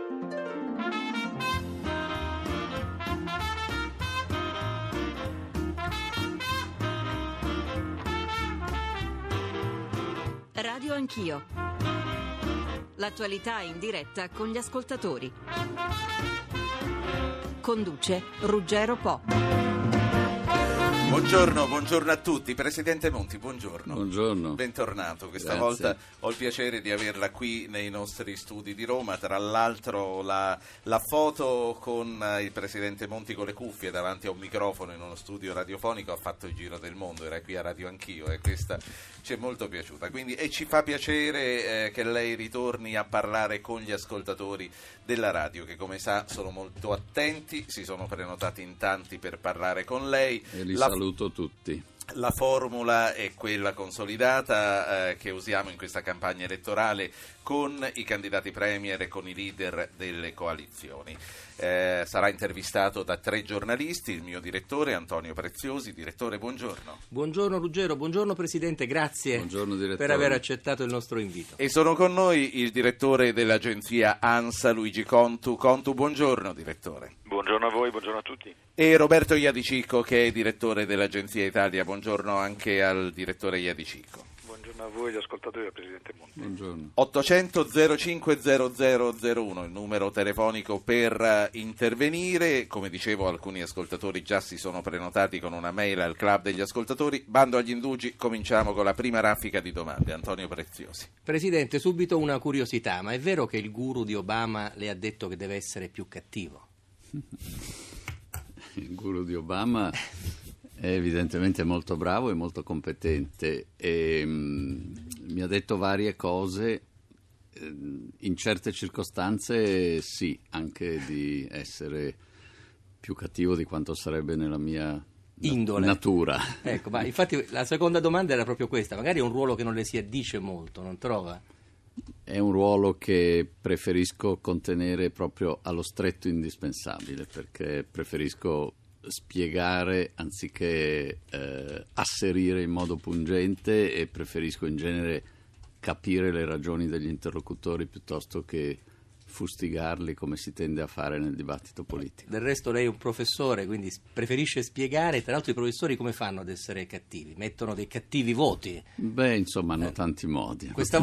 Radio Anch'io. L'attualità in diretta con gli ascoltatori. Conduce Ruggero Po. Buongiorno a tutti. Presidente Monti, buongiorno. Buongiorno. Bentornato. Questa Grazie. volta ho il piacere di averla qui nei nostri studi di Roma. Tra l'altro la foto con il Presidente Monti con le cuffie davanti a un microfono in uno studio radiofonico ha fatto il giro del mondo. Era qui a Radio Anch'io e questa ci è molto piaciuta. E ci fa piacere che lei ritorni a parlare con gli ascoltatori della radio, che come sa sono molto attenti, si sono prenotati in tanti per parlare con lei. E li saluto tutti. La formula è quella consolidata che usiamo in questa campagna elettorale con i candidati premier e con i leader delle coalizioni. Sarà intervistato da 3 giornalisti, il mio direttore Antonio Preziosi. Direttore, buongiorno. Buongiorno Ruggero, buongiorno Presidente, grazie. Buongiorno, direttore, per aver accettato il nostro invito. E sono con noi il direttore dell'agenzia ANSA, Luigi Contu. Contu, buongiorno direttore. Buongiorno a voi, buongiorno a tutti. E Roberto Iadicicco, che è direttore dell'agenzia Italia. Buongiorno anche al direttore Iadicicco. Buongiorno a voi, gli ascoltatori del Presidente Monti. Buongiorno. 800 05 0001 il numero telefonico per intervenire. Come dicevo, alcuni ascoltatori già si sono prenotati con una mail al club degli ascoltatori. Bando agli indugi, cominciamo con la prima raffica di domande. Antonio Preziosi. Presidente, subito una curiosità, ma è vero che il guru di Obama le ha detto che deve essere più cattivo? Il guru di Obama è evidentemente molto bravo e molto competente e mi ha detto varie cose, in certe circostanze sì, anche di essere più cattivo di quanto sarebbe nella mia indole, natura. Ecco, ma infatti la seconda domanda era proprio questa, magari è un ruolo che non le si addice molto, non trova? È un ruolo che preferisco contenere proprio allo stretto indispensabile, perché preferisco spiegare anziché asserire in modo pungente, e preferisco in genere capire le ragioni degli interlocutori piuttosto che fustigarli come si tende a fare nel dibattito politico. Del resto lei è un professore, quindi preferisce spiegare. Tra l'altro i professori come fanno ad essere cattivi? Mettono dei cattivi voti? Beh, insomma, hanno tanti modi. Questa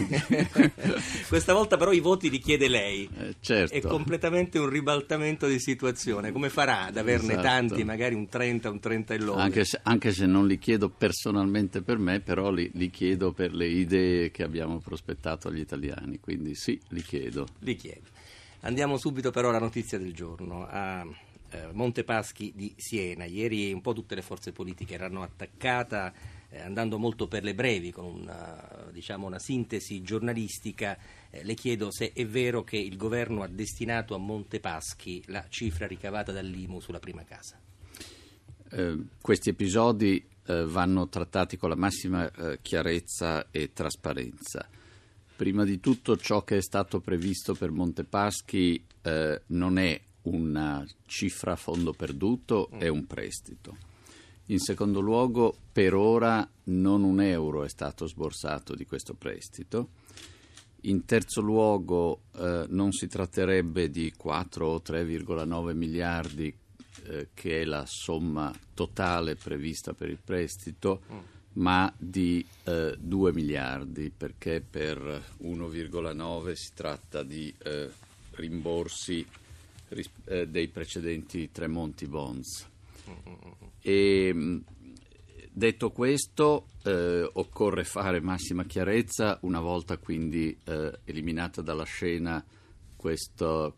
volta però i voti li chiede lei. Certo. È completamente un ribaltamento di situazione. Come farà ad averne tanti, magari un 30, un 30 e lode? Anche se non li chiedo personalmente per me, però li chiedo per le idee che abbiamo prospettato agli italiani, quindi sì, li chiedo. Andiamo subito però alla notizia del giorno, a Montepaschi di Siena. Ieri un po' tutte le forze politiche erano attaccate, andando molto per le brevi, con una sintesi giornalistica. Le chiedo se è vero che il governo ha destinato a Montepaschi la cifra ricavata dall'IMU sulla prima casa. Questi episodi vanno trattati con la massima chiarezza e trasparenza. Prima di tutto, ciò che è stato previsto per Montepaschi non è una cifra a fondo perduto, è un prestito. In secondo luogo, per ora non un euro è stato sborsato di questo prestito. In terzo luogo, non si tratterebbe di 4 o 3,9 miliardi, che è la somma totale prevista per il prestito, ma di 2 miliardi, perché per 1,9 si tratta di rimborsi dei precedenti Tremonti Bonds. E, detto questo, occorre fare massima chiarezza. Una volta quindi eliminata dalla scena questa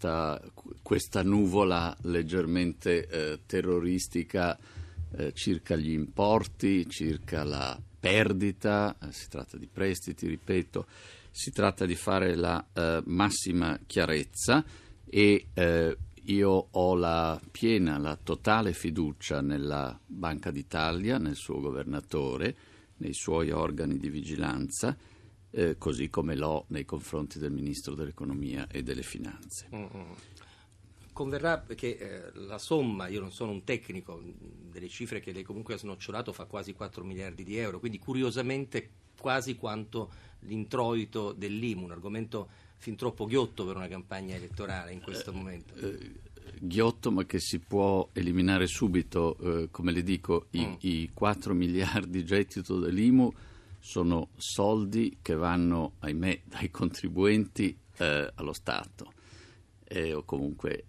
nuvola leggermente terroristica circa gli importi, circa la perdita, si tratta di prestiti, ripeto, si tratta di fare la massima chiarezza, e io ho la totale fiducia nella Banca d'Italia, nel suo governatore, nei suoi organi di vigilanza, così come l'ho nei confronti del Ministro dell'Economia e delle Finanze. Converrà che la somma, io non sono un tecnico, delle cifre che lei comunque ha snocciolato fa quasi 4 miliardi di euro, quindi curiosamente quasi quanto l'introito dell'IMU, un argomento fin troppo ghiotto per una campagna elettorale in questo momento. Ghiotto, ma che si può eliminare subito. Come le dico, i 4 miliardi gettito dell'IMU sono soldi che vanno, ahimè, dai contribuenti allo Stato o comunque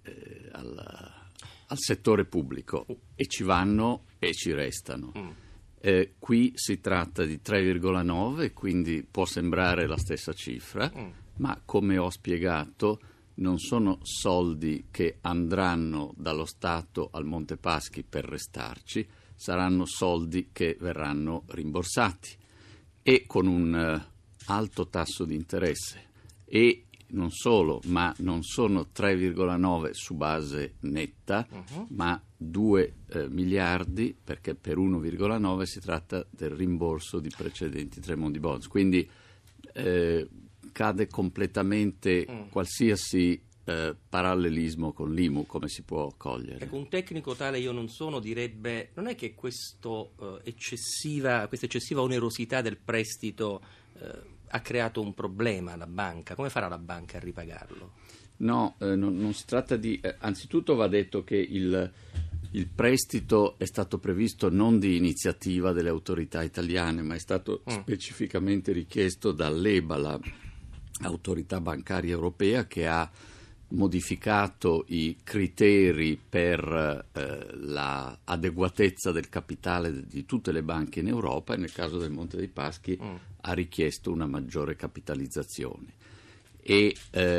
al settore pubblico, e ci vanno e ci restano. Qui si tratta di 3,9, quindi può sembrare la stessa cifra, ma come ho spiegato non sono soldi che andranno dallo Stato al Monte Paschi per restarci, saranno soldi che verranno rimborsati e con un alto tasso di interesse. E non solo, ma non sono 3,9 su base netta, ma 2 miliardi, perché per 1,9 si tratta del rimborso di precedenti Tremonti Bonds. Quindi cade completamente qualsiasi parallelismo con l'IMU, come si può cogliere. Ecco, un tecnico tale io non sono direbbe: non è che questa eccessiva onerosità del prestito ha creato un problema alla banca? Come farà la banca a ripagarlo? No, non si tratta di... anzitutto va detto che il prestito è stato previsto non di iniziativa delle autorità italiane, ma è stato specificamente richiesto dall'EBA, l'autorità bancaria europea, che ha modificato i criteri per la adeguatezza del capitale di tutte le banche in Europa, e nel caso del Monte dei Paschi ha richiesto una maggiore capitalizzazione. E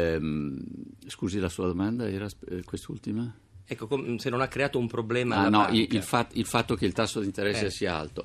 scusi, la sua domanda era quest'ultima? Ecco, se non ha creato un problema alla no, banca. il fatto che il tasso di interesse sia alto.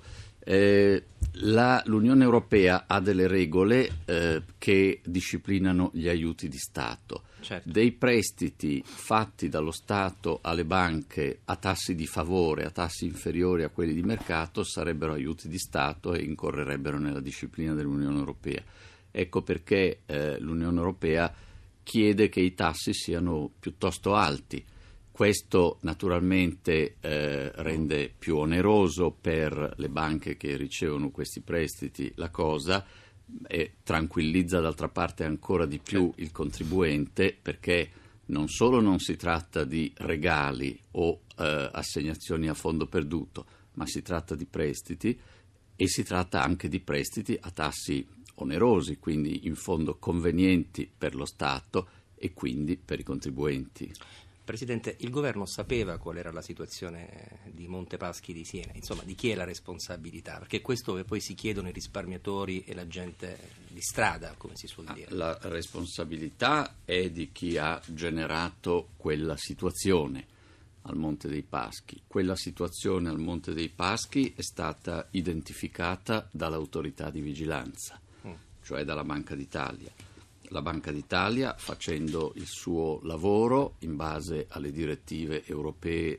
L'Unione Europea ha delle regole che disciplinano gli aiuti di Stato. Certo. Dei prestiti fatti dallo Stato alle banche a tassi di favore, a tassi inferiori a quelli di mercato, sarebbero aiuti di Stato e incorrerebbero nella disciplina dell'Unione Europea. Ecco perché l'Unione Europea chiede che i tassi siano piuttosto alti. Questo naturalmente rende più oneroso per le banche che ricevono questi prestiti la cosa, e tranquillizza d'altra parte ancora di più il contribuente, perché non solo non si tratta di regali o assegnazioni a fondo perduto, ma si tratta di prestiti, e si tratta anche di prestiti a tassi onerosi, quindi in fondo convenienti per lo Stato e quindi per i contribuenti. Presidente, il governo sapeva qual era la situazione di Monte Paschi di Siena, insomma, di chi è la responsabilità? Perché questo che poi si chiedono i risparmiatori e la gente di strada, come si suol dire. La responsabilità è di chi ha generato quella situazione al Monte dei Paschi. Quella situazione al Monte dei Paschi è stata identificata dall'autorità di vigilanza, cioè dalla Banca d'Italia. La Banca d'Italia, facendo il suo lavoro in base alle direttive europee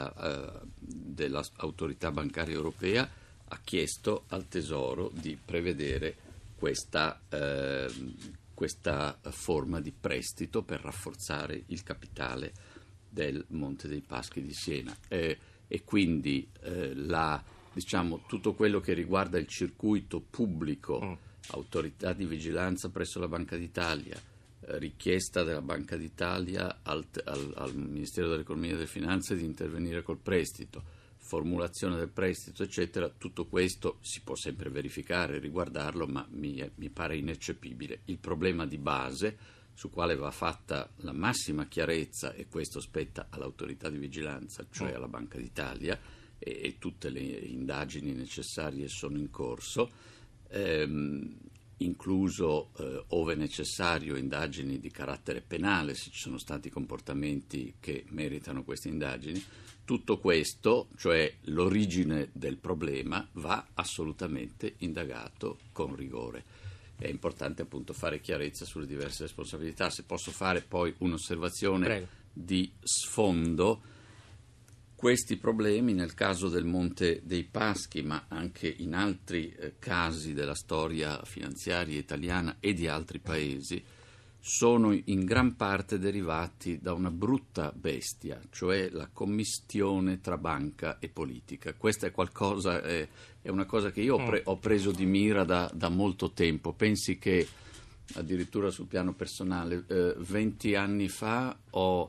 dell'autorità bancaria europea, ha chiesto al Tesoro di prevedere questa forma di prestito per rafforzare il capitale del Monte dei Paschi di Siena. E quindi tutto quello che riguarda il circuito pubblico, autorità di vigilanza presso la Banca d'Italia, richiesta della Banca d'Italia al Ministero dell'Economia e delle Finanze di intervenire col prestito, formulazione del prestito, eccetera, tutto questo si può sempre verificare, riguardarlo, ma mi pare ineccepibile. Il problema di base, su quale va fatta la massima chiarezza, e questo spetta all'autorità di vigilanza, cioè alla Banca d'Italia, e tutte le indagini necessarie sono in corso, incluso, ove necessario, indagini di carattere penale se ci sono stati comportamenti che meritano queste indagini. Tutto questo, cioè l'origine del problema, va assolutamente indagato con rigore. È importante appunto fare chiarezza sulle diverse responsabilità. Se posso fare poi un'osservazione Prego. di sfondo, questi problemi nel caso del Monte dei Paschi, ma anche in altri casi della storia finanziaria italiana e di altri paesi, sono in gran parte derivati da una brutta bestia, cioè la commistione tra banca e politica. Questa è una cosa che io ho preso di mira da molto tempo. Pensi che addirittura sul piano personale. 20 anni fa ho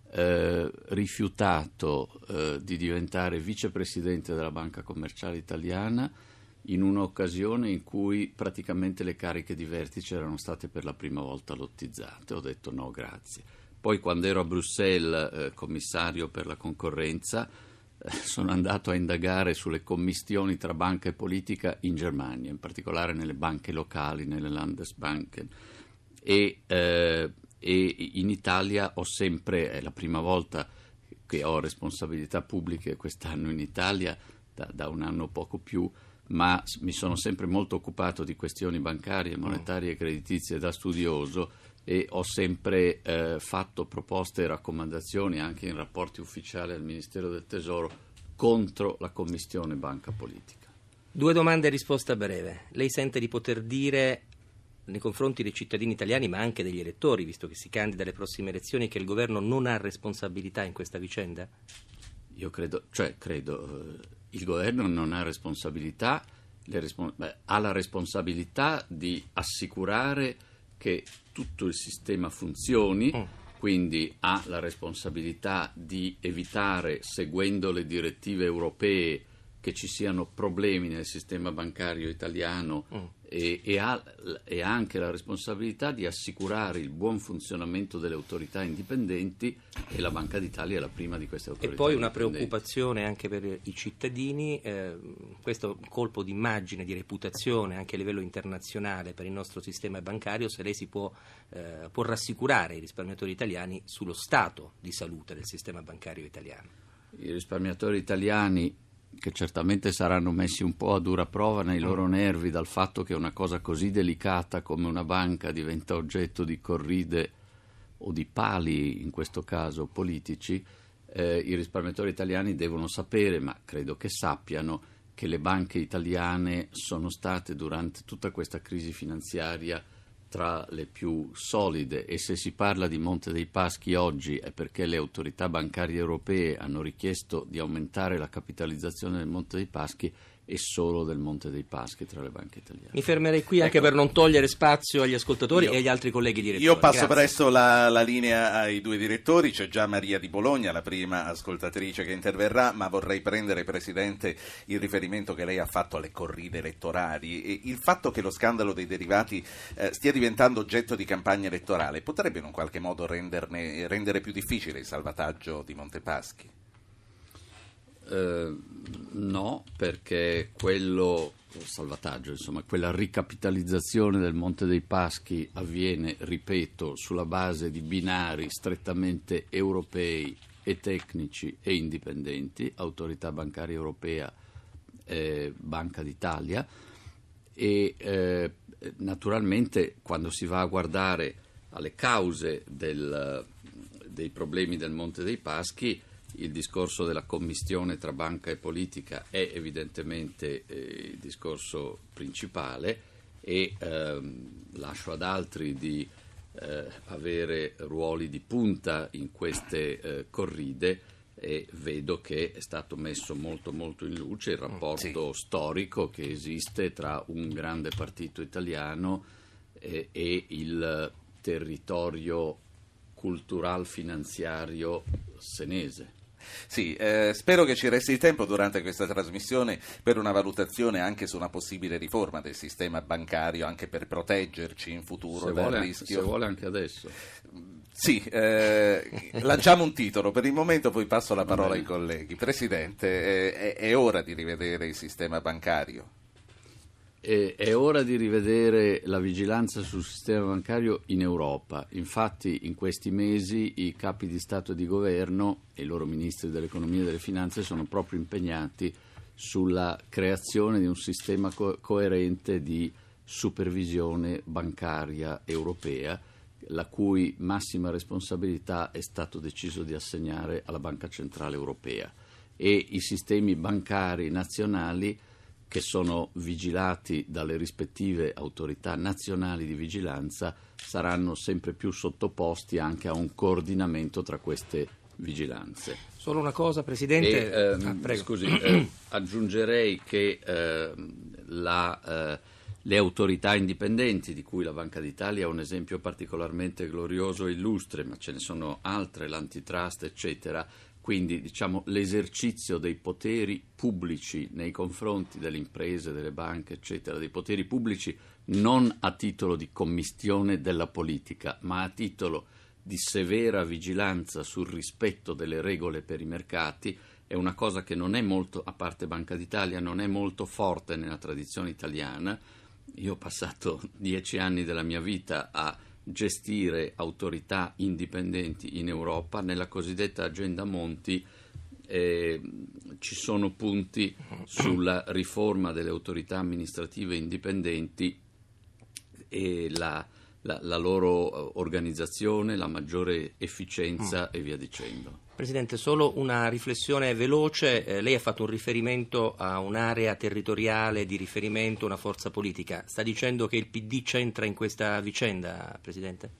rifiutato di diventare vicepresidente della Banca Commerciale Italiana in un'occasione in cui praticamente le cariche di vertice erano state per la prima volta lottizzate. Ho detto no, grazie. Poi quando ero a Bruxelles commissario per la concorrenza sono andato a indagare sulle commistioni tra banca e politica in Germania, in particolare nelle banche locali, nelle Landesbanken, e in Italia ho sempre, è la prima volta che ho responsabilità pubbliche quest'anno in Italia, da un anno o poco più, ma mi sono sempre molto occupato di questioni bancarie, monetarie e creditizie da studioso, e ho sempre fatto proposte e raccomandazioni anche in rapporti ufficiali al Ministero del Tesoro contro la commistione banca politica. 2 domande e risposta breve. Lei sente di poter dire nei confronti dei cittadini italiani, ma anche degli elettori, visto che si candida alle prossime elezioni, che il governo non ha responsabilità in questa vicenda? Io credo, il governo non ha responsabilità, ha la responsabilità di assicurare che tutto il sistema funzioni, quindi ha la responsabilità di evitare, seguendo le direttive europee, che ci siano problemi nel sistema bancario italiano e ha anche la responsabilità di assicurare il buon funzionamento delle autorità indipendenti, e la Banca d'Italia è la prima di queste autorità. E poi una preoccupazione anche per i cittadini, questo colpo di immagine, di reputazione anche a livello internazionale per il nostro sistema bancario, se lei può rassicurare i risparmiatori italiani sullo stato di salute del sistema bancario italiano. I risparmiatori italiani, che certamente saranno messi un po' a dura prova nei loro nervi dal fatto che una cosa così delicata come una banca diventa oggetto di corride o di pali, in questo caso politici, i risparmiatori italiani devono sapere, ma credo che sappiano, che le banche italiane sono state durante tutta questa crisi finanziaria tra le più solide, e se si parla di Monte dei Paschi oggi è perché le autorità bancarie europee hanno richiesto di aumentare la capitalizzazione del Monte dei Paschi e solo del Monte dei Paschi tra le banche italiane. Mi fermerei qui anche per non togliere spazio agli ascoltatori e agli altri colleghi direttori. Io passo Grazie. presto la linea ai 2 direttori. C'è già Maria di Bologna, la prima ascoltatrice che interverrà, ma vorrei prendere, Presidente, il riferimento che lei ha fatto alle corride elettorali. E il fatto che lo scandalo dei derivati stia diventando oggetto di campagna elettorale potrebbe in un qualche modo rendere più difficile il salvataggio di Monte Paschi? No, perché quello salvataggio, insomma, quella ricapitalizzazione del Monte dei Paschi avviene, ripeto, sulla base di binari strettamente europei e tecnici e indipendenti, Autorità Bancaria Europea, Banca d'Italia, e naturalmente quando si va a guardare alle cause dei problemi del Monte dei Paschi, il discorso della commistione tra banca e politica è evidentemente il discorso principale, e lascio ad altri di avere ruoli di punta in queste corride, e vedo che è stato messo molto molto in luce il rapporto storico che esiste tra un grande partito italiano e il territorio cultural finanziario senese. Sì, spero che ci resti il tempo durante questa trasmissione per una valutazione anche su una possibile riforma del sistema bancario, anche per proteggerci in futuro dal rischio. Se vuole anche adesso. Sì, lanciamo un titolo per il momento, poi passo la parola ai colleghi. Presidente, è ora di rivedere il sistema bancario? È ora di rivedere la vigilanza sul sistema bancario in Europa. Infatti in questi mesi i capi di Stato e di Governo e i loro ministri dell'economia e delle finanze sono proprio impegnati sulla creazione di un sistema coerente di supervisione bancaria europea, la cui massima responsabilità è stato deciso di assegnare alla Banca Centrale Europea, e i sistemi bancari nazionali, che sono vigilati dalle rispettive autorità nazionali di vigilanza, saranno sempre più sottoposti anche a un coordinamento tra queste vigilanze. Solo una cosa, Presidente. Scusi, aggiungerei che le autorità indipendenti, di cui la Banca d'Italia è un esempio particolarmente glorioso e illustre, ma ce ne sono altre, l'antitrust, eccetera. Quindi, diciamo, l'esercizio dei poteri pubblici nei confronti delle imprese, delle banche, eccetera, dei poteri pubblici non a titolo di commistione della politica, ma a titolo di severa vigilanza sul rispetto delle regole per i mercati, è una cosa che non è molto, a parte Banca d'Italia, non è molto forte nella tradizione italiana. Io ho passato 10 anni della mia vita a gestire autorità indipendenti in Europa. Nella cosiddetta agenda Monti ci sono punti sulla riforma delle autorità amministrative indipendenti e la loro organizzazione, la maggiore efficienza e via dicendo. Presidente, solo una riflessione veloce. Lei ha fatto un riferimento a un'area territoriale di riferimento, una forza politica. Sta dicendo che il PD c'entra in questa vicenda, Presidente?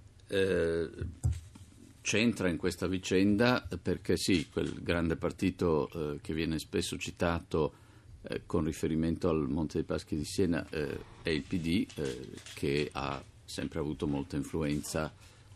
C'entra in questa vicenda perché sì, quel grande partito che viene spesso citato con riferimento al Monte dei Paschi di Siena è il PD, che ha sempre avuto molta influenza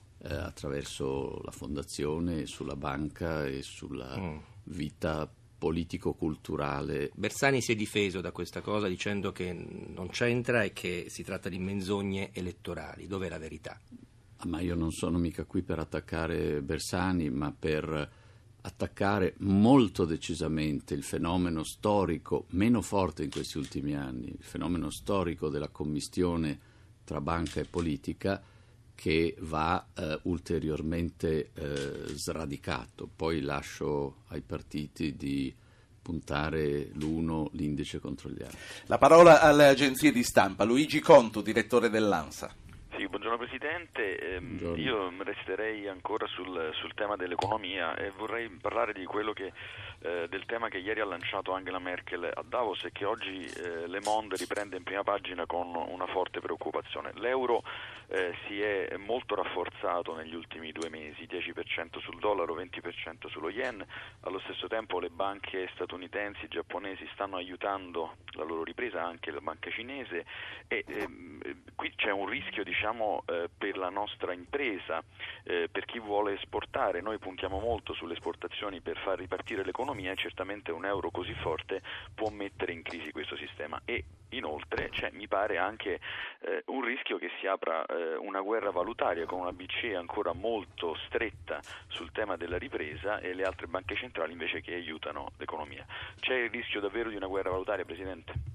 attraverso la fondazione, sulla banca e sulla vita politico-culturale. Bersani si è difeso da questa cosa dicendo che non c'entra e che si tratta di menzogne elettorali. Dov'è la verità? Ma io non sono mica qui per attaccare Bersani, ma per attaccare molto decisamente il fenomeno storico, meno forte in questi ultimi anni, il fenomeno storico della commistione tra banca e politica, che va ulteriormente sradicato. Poi lascio ai partiti di puntare l'uno l'indice contro gli altri. La parola alle agenzie di stampa. Luigi Contu, direttore dell'ANSA. Sì, buongiorno Presidente. Buongiorno. Io resterei ancora sul tema dell'economia e vorrei parlare di quello del tema che ieri ha lanciato Angela Merkel a Davos e che oggi Le Monde riprende in prima pagina con una forte preoccupazione. L'euro si è molto rafforzato negli ultimi 2 mesi, 10% sul dollaro, 20% sullo yen. Allo stesso tempo le banche statunitensi, giapponesi stanno aiutando la loro ripresa, anche la banca cinese, e qui c'è un rischio, per la nostra impresa, per chi vuole esportare. Noi puntiamo molto sulle esportazioni per far ripartire l'economia e certamente un euro così forte può mettere in crisi questo sistema. E inoltre mi pare anche un rischio che si apra una guerra valutaria con una BCE ancora molto stretta sul tema della ripresa e le altre banche centrali invece che aiutano l'economia. C'è il rischio davvero di una guerra valutaria, Presidente?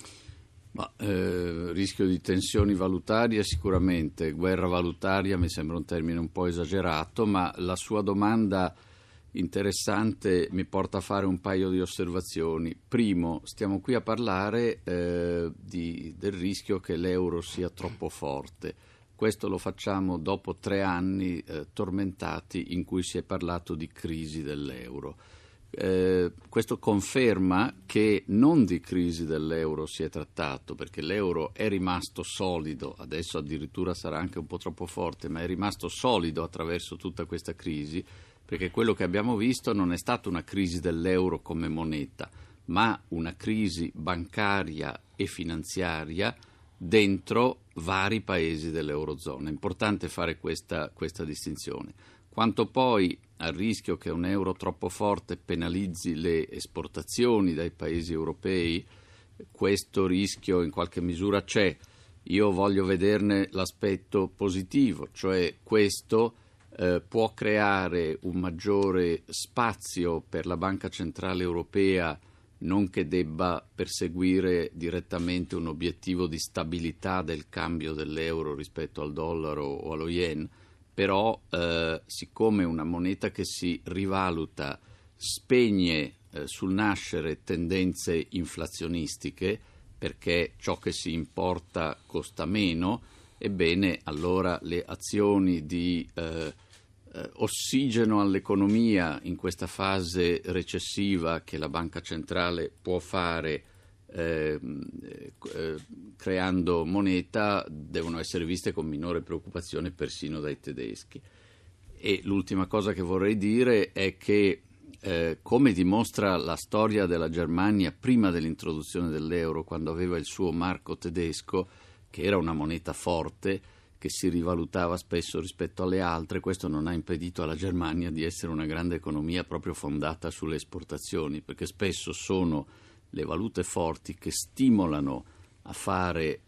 Ma, rischio di tensioni valutarie sicuramente, guerra valutaria mi sembra un termine un po' esagerato, ma la sua domanda interessante mi porta a fare un paio di osservazioni. Primo, stiamo qui a parlare del rischio che l'euro sia troppo forte. Questo lo facciamo dopo 3 anni tormentati in cui si è parlato di crisi dell'euro. Questo conferma che non di crisi dell'euro si è trattato, perché l'euro è rimasto solido, adesso addirittura sarà anche un po' troppo forte, ma è rimasto solido attraverso tutta questa crisi, perché quello che abbiamo visto non è stata una crisi dell'euro come moneta, ma una crisi bancaria e finanziaria dentro vari paesi dell'Eurozona. È importante fare questa distinzione. Quanto poi al rischio che un euro troppo forte penalizzi le esportazioni dai paesi europei, questo rischio in qualche misura c'è. Io voglio vederne l'aspetto positivo, cioè questo può creare un maggiore spazio per la Banca Centrale Europea, non che debba perseguire direttamente un obiettivo di stabilità del cambio dell'euro rispetto al dollaro o allo yen, però siccome una moneta che si rivaluta spegne sul nascere tendenze inflazionistiche, perché ciò che si importa costa meno, ebbene allora le azioni di ossigeno all'economia in questa fase recessiva che la Banca Centrale può fare creando moneta devono essere viste con minore preoccupazione persino dai tedeschi. E l'ultima cosa che vorrei dire è che come dimostra la storia della Germania prima dell'introduzione dell'euro, quando aveva il suo marco tedesco, che era una moneta forte, che si rivalutava spesso rispetto alle altre, questo non ha impedito alla Germania di essere una grande economia proprio fondata sulle esportazioni, perché spesso sono le valute forti che stimolano a fare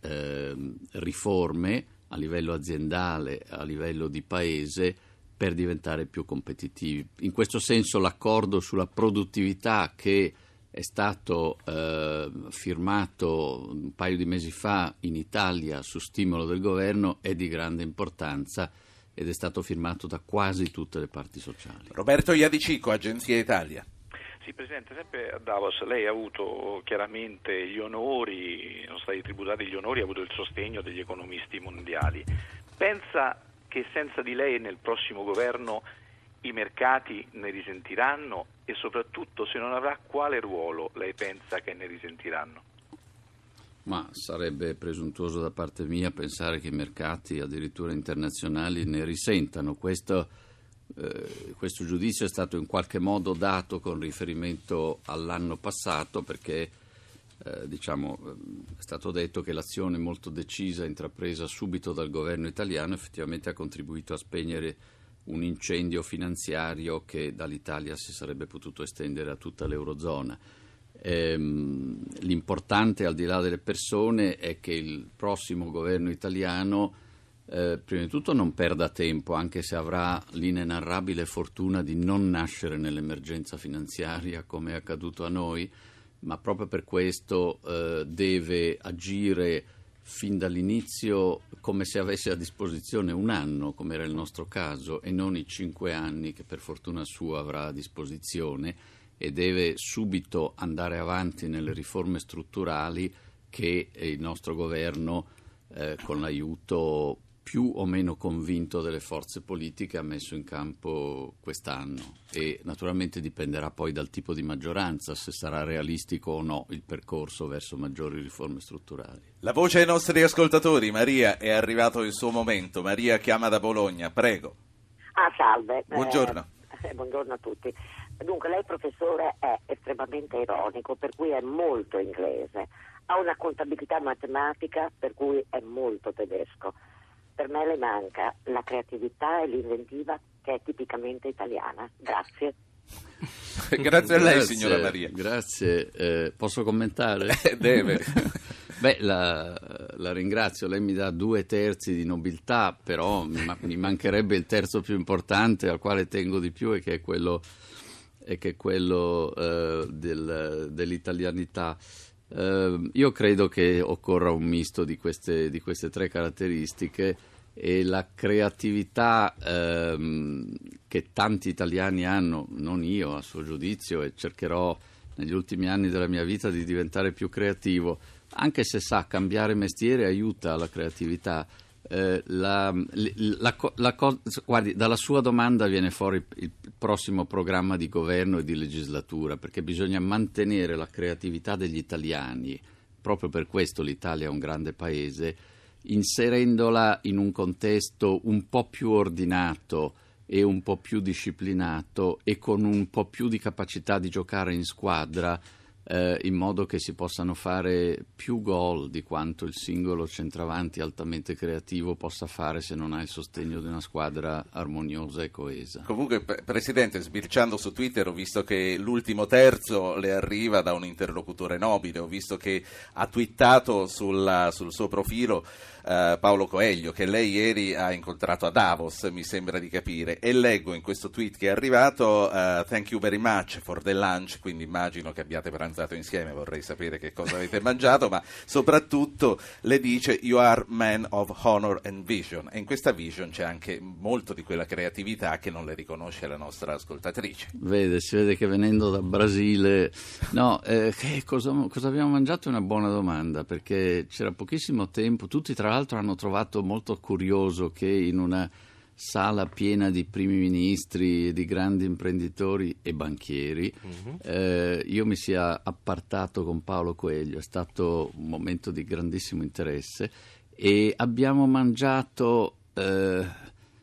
riforme a livello aziendale, a livello di paese, per diventare più competitivi. In questo senso l'accordo sulla produttività che è stato firmato un paio di mesi fa in Italia su stimolo del governo è di grande importanza ed è stato firmato da quasi tutte le parti sociali. Roberto Iadicico, Agenzia Italia. Sì, Presidente, sempre a Davos lei ha avuto chiaramente gli onori, sono stati tributati gli onori, ha avuto il sostegno degli economisti mondiali. Pensa che senza di lei nel prossimo governo i mercati ne risentiranno e soprattutto, se non avrà, quale ruolo lei pensa che ne risentiranno? Ma sarebbe presuntuoso da parte mia pensare che i mercati, addirittura internazionali, ne risentano. Questo giudizio è stato in qualche modo dato con riferimento all'anno passato, perché è stato detto che l'azione molto decisa intrapresa subito dal governo italiano effettivamente ha contribuito a spegnere un incendio finanziario che dall'Italia si sarebbe potuto estendere a tutta l'Eurozona. L'importante, al di là delle persone, è che il prossimo governo italiano prima di tutto non perda tempo, anche se avrà l'inenarrabile fortuna di non nascere nell'emergenza finanziaria come è accaduto a noi, ma proprio per questo deve agire fin dall'inizio come se avesse a disposizione un anno, come era il nostro caso, e non i 5 anni che per fortuna sua avrà a disposizione, e deve subito andare avanti nelle riforme strutturali che il nostro governo, con l'aiuto più o meno convinto delle forze politiche, ha messo in campo quest'anno, e naturalmente dipenderà poi dal tipo di maggioranza se sarà realistico o no il percorso verso maggiori riforme strutturali. La voce ai nostri ascoltatori. Maria, è arrivato il suo momento. Maria chiama da Bologna, prego. Salve. Buongiorno. Buongiorno a tutti. Dunque, lei professore è estremamente ironico, per cui è molto inglese, ha una contabilità matematica per cui è molto tedesco. Per me le manca la creatività e l'inventiva che è tipicamente italiana. Grazie. Grazie a lei, signora Maria. Grazie. Posso commentare? Deve. Beh, la ringrazio. Lei mi dà 2/3 di nobiltà, però mi mancherebbe il terzo più importante, al quale tengo di più, e che è quello dell'italianità. Io credo che occorra un misto di queste 3 caratteristiche, e la creatività che tanti italiani hanno, non io a suo giudizio, e cercherò negli ultimi anni della mia vita di diventare più creativo, anche se sa, cambiare mestiere aiuta la creatività. Guardi, dalla sua domanda viene fuori il prossimo programma di governo e di legislatura, perché bisogna mantenere la creatività degli italiani. Proprio per questo l'Italia è un grande paese, inserendola in un contesto un po' più ordinato e un po' più disciplinato, e con un po' più di capacità di giocare in squadra, in modo che si possano fare più gol di quanto il singolo centravanti altamente creativo possa fare se non ha il sostegno di una squadra armoniosa e coesa. Comunque, Presidente, sbirciando su Twitter ho visto che l'ultimo terzo le arriva da un interlocutore nobile. Ho visto che ha twittato sul suo profilo Paolo Coelho, che lei ieri ha incontrato a Davos, mi sembra di capire, e leggo in questo tweet che è arrivato: thank you very much for the lunch, quindi immagino che abbiate pranzato insieme, vorrei sapere che cosa avete mangiato, ma soprattutto le dice you are man of honor and vision, e in questa vision c'è anche molto di quella creatività che non le riconosce la nostra ascoltatrice. Si vede che venendo da Brasile, cosa abbiamo mangiato è una buona domanda, perché c'era pochissimo tempo. Tutti tra l'altro hanno trovato molto curioso che in una sala piena di primi ministri e di grandi imprenditori e banchieri io mi sia appartato con Paolo Coelho. È stato un momento di grandissimo interesse, e abbiamo mangiato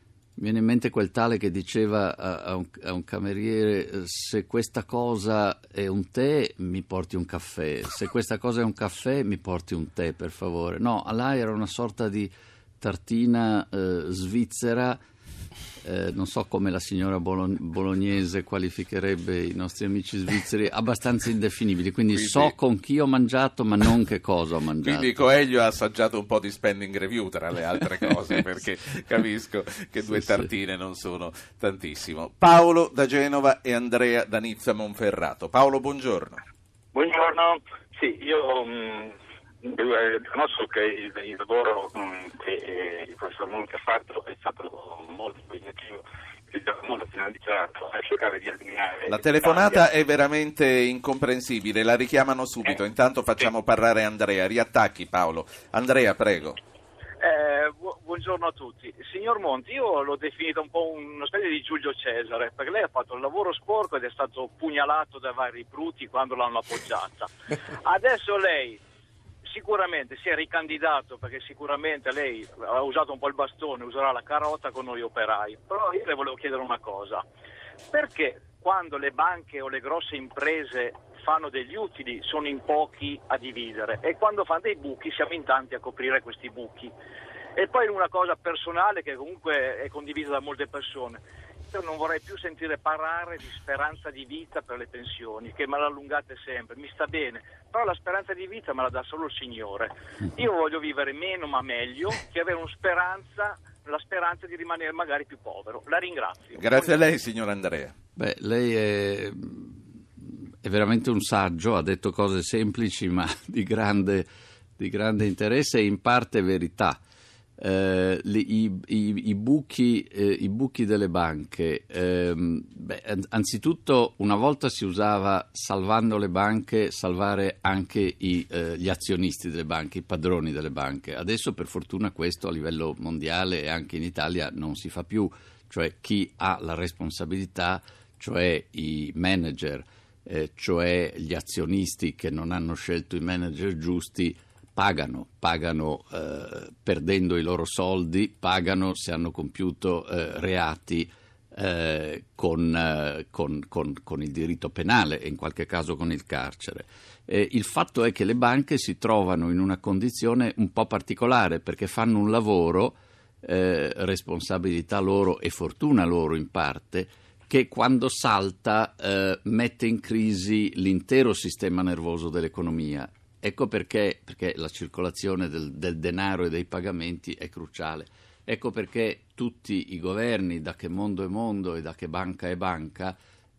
viene in mente quel tale che diceva a un cameriere: se questa cosa è un tè mi porti un caffè, se questa cosa è un caffè mi porti un tè, per favore. No, là era una sorta di tartina svizzera. Non so come la signora bolognese qualificherebbe i nostri amici svizzeri, abbastanza indefinibili, quindi so con chi ho mangiato ma non che cosa ho mangiato. Quindi Coelho ha assaggiato un po' di spending review tra le altre cose, perché capisco che due tartine non sono tantissimo. Paolo da Genova e Andrea da Nizza Monferrato. Paolo, buongiorno. Buongiorno, sì, io conosco che il lavoro che il professor Monti ha fatto è stato molto impegnativo, molto finalizzato a cercare di allineare. La telefonata è veramente incomprensibile, la richiamano subito. Intanto facciamo parlare Andrea. Riattacchi, Paolo. Andrea, prego. Buongiorno a tutti. Signor Monti, io l'ho definito un po' una specie di Giulio Cesare, perché lei ha fatto il lavoro sporco ed è stato pugnalato da vari bruti quando l'hanno appoggiata. Adesso lei sicuramente si è ricandidato, perché sicuramente lei ha usato un po' il bastone, userà la carota con noi operai. Però io le volevo chiedere una cosa: perché quando le banche o le grosse imprese fanno degli utili sono in pochi a dividere, e quando fanno dei buchi siamo in tanti a coprire questi buchi? E poi una cosa personale che comunque è condivisa da molte persone: io non vorrei più sentire parlare di speranza di vita per le pensioni, che me la allungate sempre, mi sta bene, però la speranza di vita me la dà solo il Signore. Io voglio vivere meno ma meglio, che avere la speranza di rimanere magari più povero. La ringrazio. Grazie a lei, signor Andrea. Beh, lei è veramente un saggio, ha detto cose semplici ma di grande interesse e in parte verità. I buchi delle banche, anzitutto una volta si usava, salvando le banche, salvare anche gli azionisti delle banche, i padroni delle banche. Adesso per fortuna questo a livello mondiale e anche in Italia non si fa più, cioè chi ha la responsabilità, cioè i manager, cioè gli azionisti che non hanno scelto i manager giusti, pagano perdendo i loro soldi, pagano se hanno compiuto reati con il diritto penale e in qualche caso con il carcere. Il fatto è che le banche si trovano in una condizione un po' particolare, perché fanno un lavoro, responsabilità loro e fortuna loro in parte, che quando salta mette in crisi l'intero sistema nervoso dell'economia. Ecco perché la circolazione del denaro e dei pagamenti è cruciale. Ecco perché tutti i governi, da che mondo è mondo e da che banca è banca,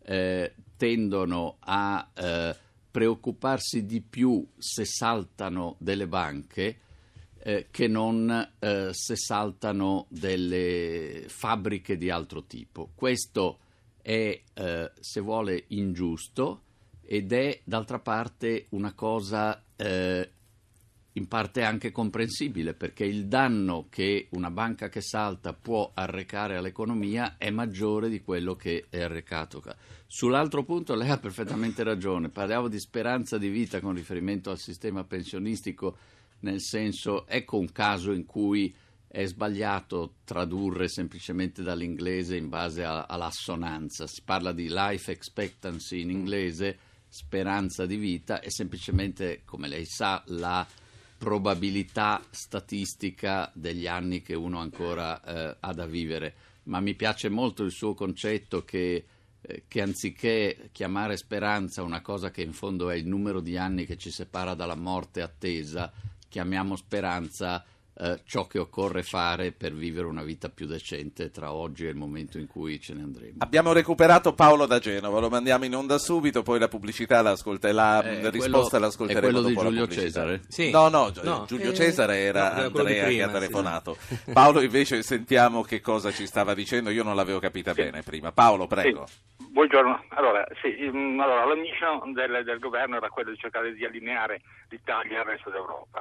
tendono a preoccuparsi di più se saltano delle banche che non se saltano delle fabbriche di altro tipo. Questo è, se vuole, ingiusto, ed è d'altra parte una cosa in parte anche comprensibile, perché il danno che una banca che salta può arrecare all'economia è maggiore di quello che è arrecato. Sull'altro punto lei ha perfettamente ragione, parliamo di speranza di vita con riferimento al sistema pensionistico, nel senso, ecco un caso in cui è sbagliato tradurre semplicemente dall'inglese in base all'assonanza. Si parla di life expectancy in inglese, speranza di vita, è semplicemente, come lei sa, la probabilità statistica degli anni che uno ancora ha da vivere. Ma mi piace molto il suo concetto che anziché chiamare speranza una cosa che in fondo è il numero di anni che ci separa dalla morte attesa, chiamiamo speranza ciò che occorre fare per vivere una vita più decente tra oggi e il momento in cui ce ne andremo. Abbiamo recuperato Paolo da Genova, lo mandiamo in onda subito, poi la pubblicità risposta l'ascolteremo dopo di Giulio la pubblicità. Cesare? Sì. No, Giulio Cesare era Andrea che ha telefonato. Sì. Paolo invece sentiamo che cosa ci stava dicendo, io non l'avevo capita bene prima. Paolo, prego. Sì. Buongiorno. Allora, la mission del governo era quella di cercare di allineare l'Italia al resto d'Europa.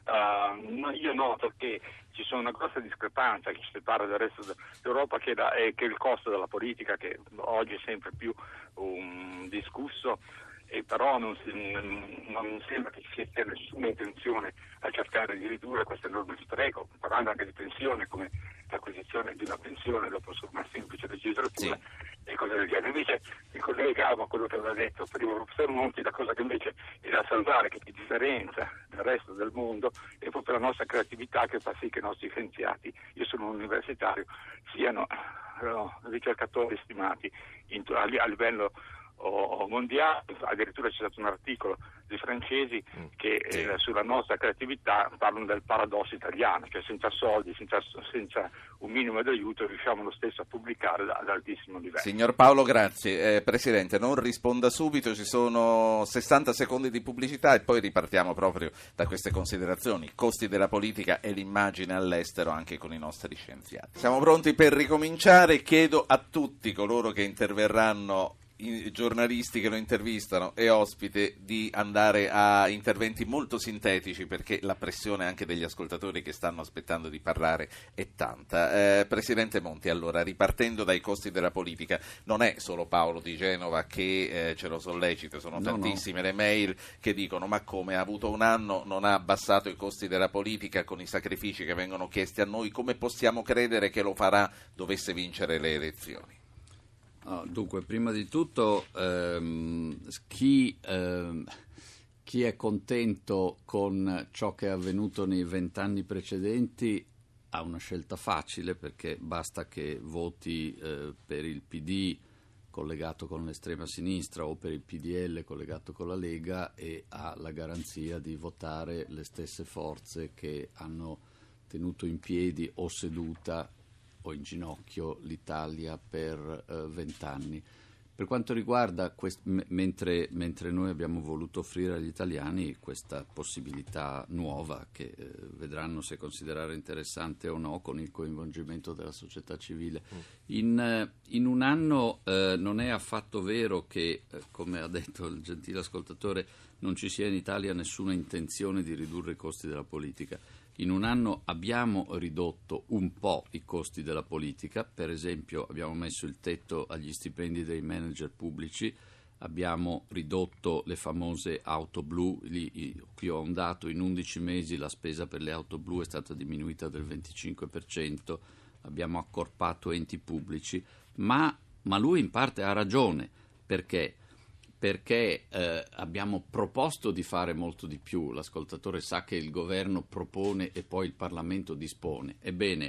Io noto che ci sono una grossa discrepanza che ci separa dal resto d'Europa, che il costo della politica, che oggi è sempre più discusso, e però non sembra che ci sia nessuna intenzione a cercare di ridurre questo enorme spreco, parlando anche di pensione, come l'acquisizione di una pensione dopo una semplice legislatura e cose del genere. Invece mi collegavo a quello che aveva detto prima il professor Monti, la cosa che invece è da salvare, che ti differenzia dal resto del mondo, è proprio la nostra creatività, che fa sì che i nostri scienziati, io sono un universitario, siano ricercatori stimati a livello mondiale. Addirittura c'è stato un articolo dei francesi che sulla nostra creatività parlano del paradosso italiano, cioè senza soldi, senza un minimo di aiuto riusciamo lo stesso a pubblicare ad altissimo livello. Signor Paolo, grazie. Presidente, non risponda subito, ci sono 60 secondi di pubblicità e poi ripartiamo proprio da queste considerazioni, costi della politica e l'immagine all'estero anche con i nostri scienziati. Siamo pronti per ricominciare, chiedo a tutti coloro che interverranno, i giornalisti che lo intervistano e ospite, di andare a interventi molto sintetici, perché la pressione anche degli ascoltatori che stanno aspettando di parlare è tanta. Presidente Monti, allora, ripartendo dai costi della politica, non è solo Paolo di Genova che ce lo sollecita, sono tantissime le mail che dicono: ma come, ha avuto un anno, non ha abbassato i costi della politica con i sacrifici che vengono chiesti a noi, come possiamo credere che lo farà dovesse vincere le elezioni? Dunque, prima di tutto, chi è contento con ciò che è avvenuto nei 20 anni precedenti ha una scelta facile, perché basta che voti per il PD collegato con l'estrema sinistra o per il PDL collegato con la Lega e ha la garanzia di votare le stesse forze che hanno tenuto in piedi o seduta o in ginocchio l'Italia per 20 anni. Per quanto riguarda, mentre noi abbiamo voluto offrire agli italiani questa possibilità nuova, che vedranno se considerare interessante o no, con il coinvolgimento della società civile. In un anno non è affatto vero che, come ha detto il gentile ascoltatore, non ci sia in Italia nessuna intenzione di ridurre i costi della politica. In un anno abbiamo ridotto un po' i costi della politica, per esempio abbiamo messo il tetto agli stipendi dei manager pubblici, abbiamo ridotto le famose auto blu, qui ho un dato, in 11 mesi la spesa per le auto blu è stata diminuita del 25%, abbiamo accorpato enti pubblici, ma lui in parte ha ragione, perché abbiamo proposto di fare molto di più. L'ascoltatore sa che il governo propone e poi il Parlamento dispone. Ebbene,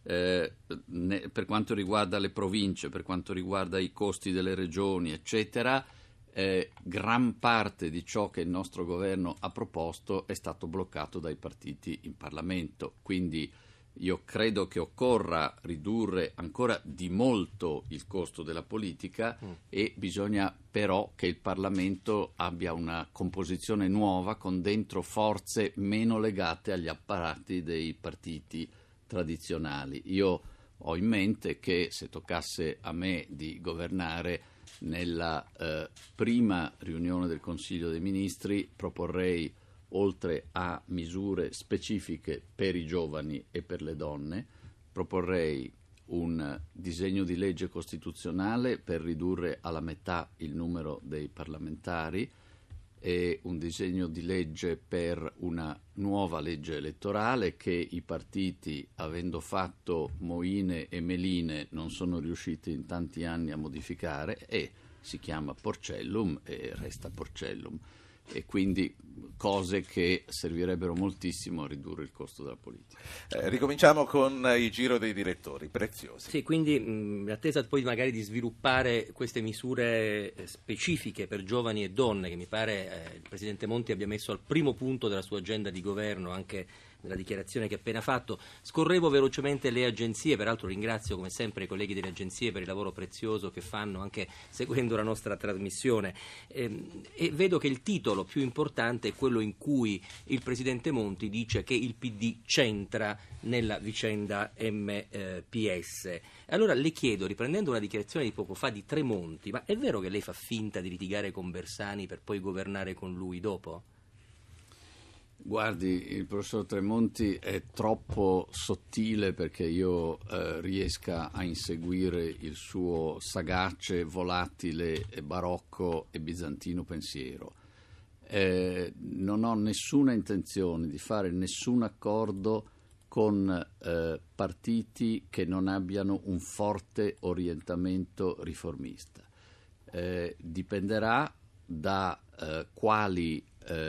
per quanto riguarda le province, per quanto riguarda i costi delle regioni, eccetera, gran parte di ciò che il nostro governo ha proposto è stato bloccato dai partiti in Parlamento. Quindi io credo che occorra ridurre ancora di molto il costo della politica e bisogna però che il Parlamento abbia una composizione nuova, con dentro forze meno legate agli apparati dei partiti tradizionali. Io ho in mente che se toccasse a me di governare, nella prima riunione del Consiglio dei Ministri proporrei, oltre a misure specifiche per i giovani e per le donne, proporrei un disegno di legge costituzionale per ridurre alla metà il numero dei parlamentari e un disegno di legge per una nuova legge elettorale che i partiti, avendo fatto moine e meline, non sono riusciti in tanti anni a modificare, e si chiama Porcellum e resta Porcellum. E quindi cose che servirebbero moltissimo a ridurre il costo della politica. Ricominciamo con il giro dei direttori preziosi. Sì, quindi in attesa poi magari di sviluppare queste misure specifiche per giovani e donne, che mi pare il Presidente Monti abbia messo al primo punto della sua agenda di governo, anche nella dichiarazione che ha appena fatto. Scorrevo velocemente le agenzie, peraltro ringrazio come sempre i colleghi delle agenzie per il lavoro prezioso che fanno anche seguendo la nostra trasmissione, e vedo che il titolo più importante è quello in cui il Presidente Monti dice che il PD c'entra nella vicenda MPS. Allora le chiedo, riprendendo una dichiarazione di poco fa di Tremonti, ma è vero che lei fa finta di litigare con Bersani per poi governare con lui dopo? Guardi, il professor Tremonti è troppo sottile perché io riesca a inseguire il suo sagace, volatile, barocco e bizantino pensiero. Non ho nessuna intenzione di fare nessun accordo con partiti che non abbiano un forte orientamento riformista. Dipenderà da quali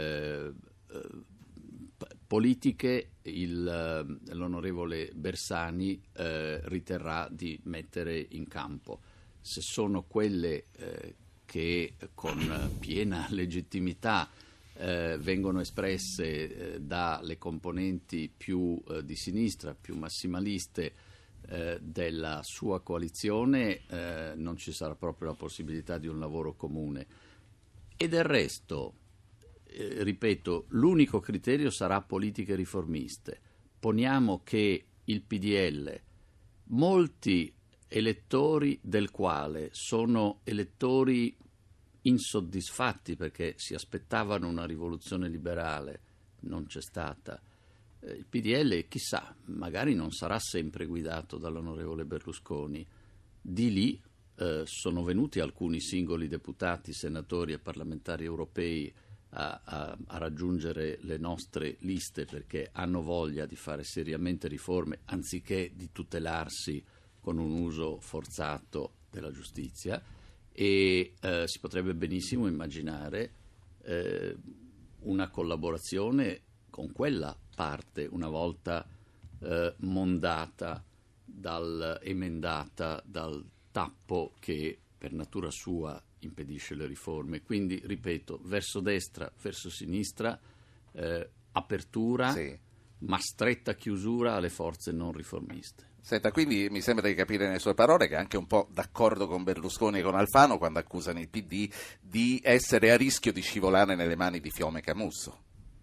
politiche l'onorevole Bersani riterrà di mettere in campo. Se sono quelle che con piena legittimità vengono espresse dalle componenti più di sinistra, più massimaliste della sua coalizione, non ci sarà proprio la possibilità di un lavoro comune. E del resto, ripeto, l'unico criterio sarà politiche riformiste. Poniamo che il PDL, molti elettori del quale sono elettori insoddisfatti perché si aspettavano una rivoluzione liberale, non c'è stata. Il PDL, chissà, magari non sarà sempre guidato dall'onorevole Berlusconi. Di lì sono venuti alcuni singoli deputati, senatori e parlamentari europei a raggiungere le nostre liste perché hanno voglia di fare seriamente riforme anziché di tutelarsi con un uso forzato della giustizia, e si potrebbe benissimo immaginare una collaborazione con quella parte una volta mondata, emendata dal tappo che per natura sua impedisce le riforme. Quindi, ripeto, verso destra, verso sinistra, apertura, sì, ma stretta chiusura alle forze non riformiste. Senta, quindi mi sembra di capire nelle sue parole che è anche un po' d'accordo con Berlusconi e con Alfano quando accusano il PD di essere a rischio di scivolare nelle mani di Fiume Camusso.